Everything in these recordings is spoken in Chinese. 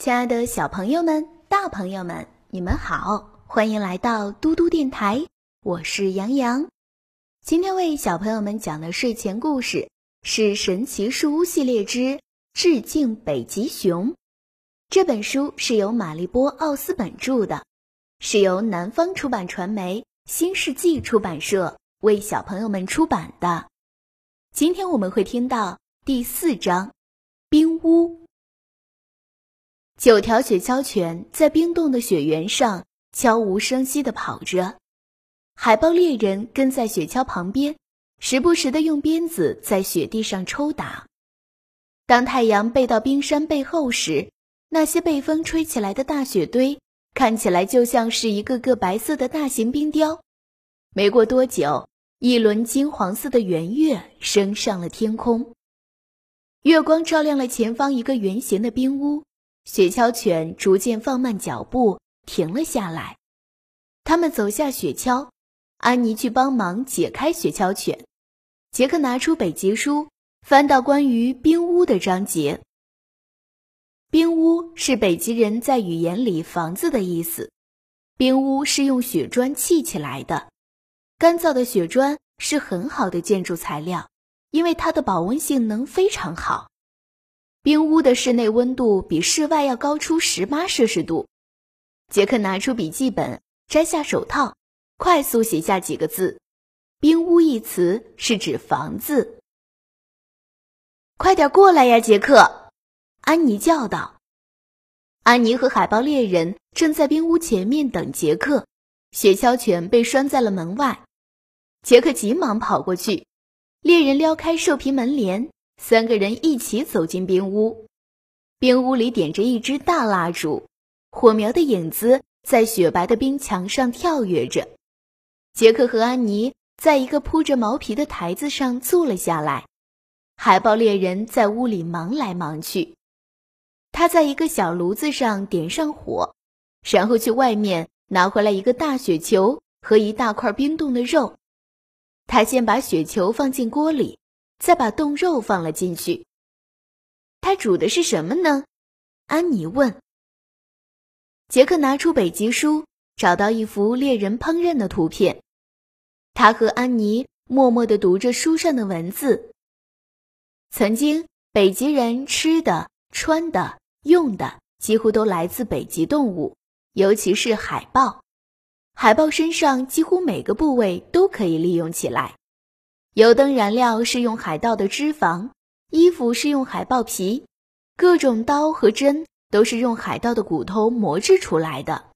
亲爱的小朋友们、大朋友们，你们好，欢迎来到嘟嘟电台，我是杨洋。今天为小朋友们讲的睡前故事是《神奇树屋系列之致敬北极熊》。这本书是由玛丽波·奥斯本著的，是由南方出版传媒新世纪出版社为小朋友们出版的。今天我们会听到第4章冰屋。9条雪橇犬在冰冻的雪原上悄无声息地跑着，海豹猎人跟在雪橇旁边，时不时地用鞭子在雪地上抽打。当太阳背到冰山背后时，那些被风吹起来的大雪堆看起来就像是一个个白色的大型冰雕。没过多久，一轮金黄色的圆月升上了天空，月光照亮了前方一个圆形的冰屋。雪橇犬逐渐放慢脚步，停了下来。他们走下雪橇，安妮去帮忙解开雪橇犬。杰克拿出北极书，翻到关于冰屋的章节。冰屋是北极人在语言里房子的意思。冰屋是用雪砖砌起来的。干燥的雪砖是很好的建筑材料，因为它的保温性能非常好。冰屋的室内温度比室外要高出18摄氏度。杰克拿出笔记本，摘下手套，快速写下几个字。冰屋一词是指房子。快点过来呀，杰克！安妮叫道。安妮和海豹猎人正在冰屋前面等杰克，雪橇犬被拴在了门外。杰克急忙跑过去，猎人撩开兽皮门帘，3个人一起走进冰屋。冰屋里点着一支大蜡烛，火苗的影子在雪白的冰墙上跳跃着。杰克和安妮在一个铺着毛皮的台子上坐了下来。海豹猎人在屋里忙来忙去。他在一个小炉子上点上火，然后去外面拿回来一个大雪球和一大块冰冻的肉。他先把雪球放进锅里，再把冻肉放了进去。他煮的是什么呢？安妮问。杰克拿出北极书，找到一幅猎人烹饪的图片。他和安妮默默地读着书上的文字。曾经，北极人吃的、穿的、用的几乎都来自北极动物，尤其是海豹。海豹身上几乎每个部位都可以利用起来。油灯燃料是用海盗的脂肪，衣服是用海豹皮，各种刀和针都是用海盗的骨头磨制出来的。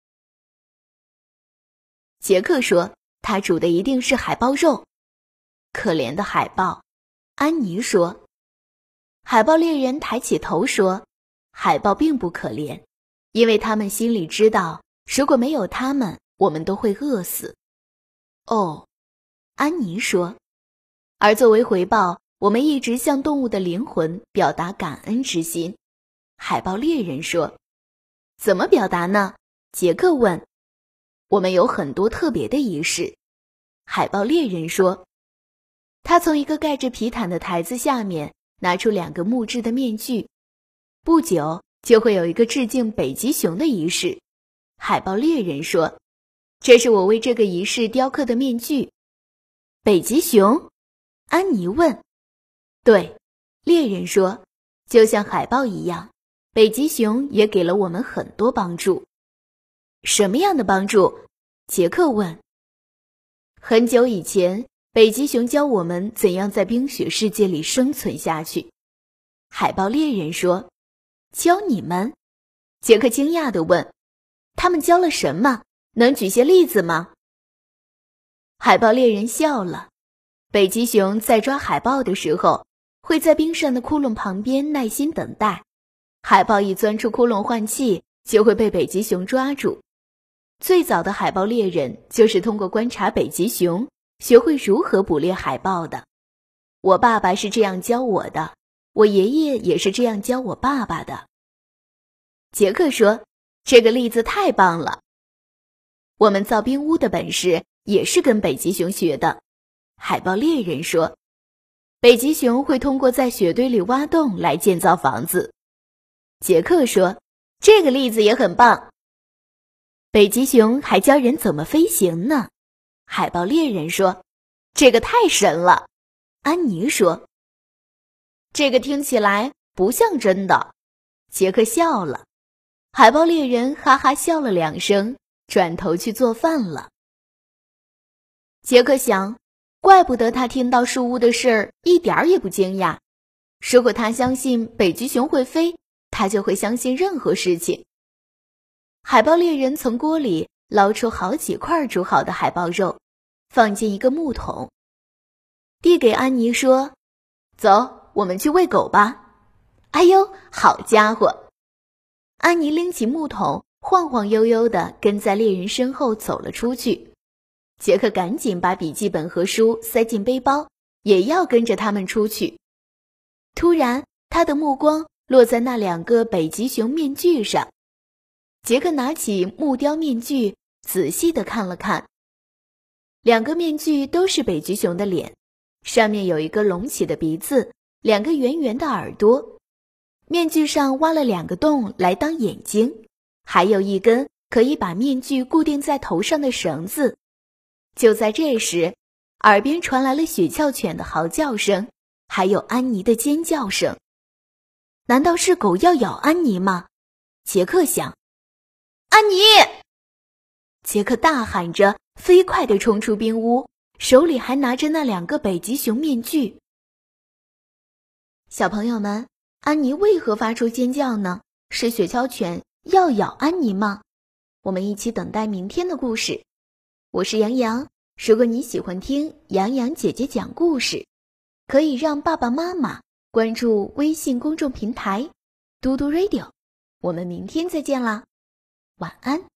杰克说，他煮的一定是海豹肉。可怜的海豹，安妮说。海豹猎人抬起头说，海豹并不可怜，因为他们心里知道，如果没有他们，我们都会饿死。哦，安妮说。而作为回报，我们一直向动物的灵魂表达感恩之心。海豹猎人说。怎么表达呢？杰克问。我们有很多特别的仪式。海豹猎人说。他从一个盖着皮毯的台子下面拿出2个木质的面具。不久就会有一个致敬北极熊的仪式。海豹猎人说。这是我为这个仪式雕刻的面具。北极熊？安妮问。对，猎人说，就像海豹一样，北极熊也给了我们很多帮助。什么样的帮助？杰克问。很久以前，北极熊教我们怎样在冰雪世界里生存下去。海豹猎人说。教你们？杰克惊讶地问。他们教了什么？能举些例子吗？海豹猎人笑了。北极熊在抓海豹的时候，会在冰上的窟窿旁边耐心等待。海豹一钻出窟窿换气，就会被北极熊抓住。最早的海豹猎人就是通过观察北极熊，学会如何捕猎海豹的。我爸爸是这样教我的，我爷爷也是这样教我爸爸的。杰克说，这个例子太棒了。我们造冰屋的本事也是跟北极熊学的。海豹猎人说，北极熊会通过在雪堆里挖洞来建造房子。杰克说， 这个例子也很棒。北极熊还教人怎么飞行呢。海豹猎人说，这个太神了。安妮说，这个听起来不像真的。杰克笑了。海豹猎人哈哈笑了2声，转头去做饭了。杰克想，怪不得他听到树屋的事儿一点儿也不惊讶。如果他相信北极熊会飞，他就会相信任何事情。海豹猎人从锅里捞出好几块煮好的海豹肉，放进一个木桶，递给安妮说，走，我们去喂狗吧。哎呦，好家伙！安妮拎起木桶，晃晃悠悠地跟在猎人身后走了出去。杰克赶紧把笔记本和书塞进背包，也要跟着他们出去。突然，他的目光落在那2个北极熊面具上。杰克拿起木雕面具，仔细地看了看。2个面具都是北极熊的脸，上面有一个隆起的鼻子，2个圆圆的耳朵。面具上挖了2个洞来当眼睛，还有一根可以把面具固定在头上的绳子。就在这时，耳边传来了雪橇犬的嚎叫声，还有安妮的尖叫声。难道是狗要咬安妮吗？杰克想。安妮！杰克大喊着，飞快地冲出冰屋，手里还拿着那2个北极熊面具。小朋友们，安妮为何发出尖叫呢？是雪橇犬要咬安妮吗？我们一起等待明天的故事。我是杨洋，如果你喜欢听杨洋姐姐讲故事，可以让爸爸妈妈关注微信公众平台嘟嘟 radio。我们明天再见啦，晚安。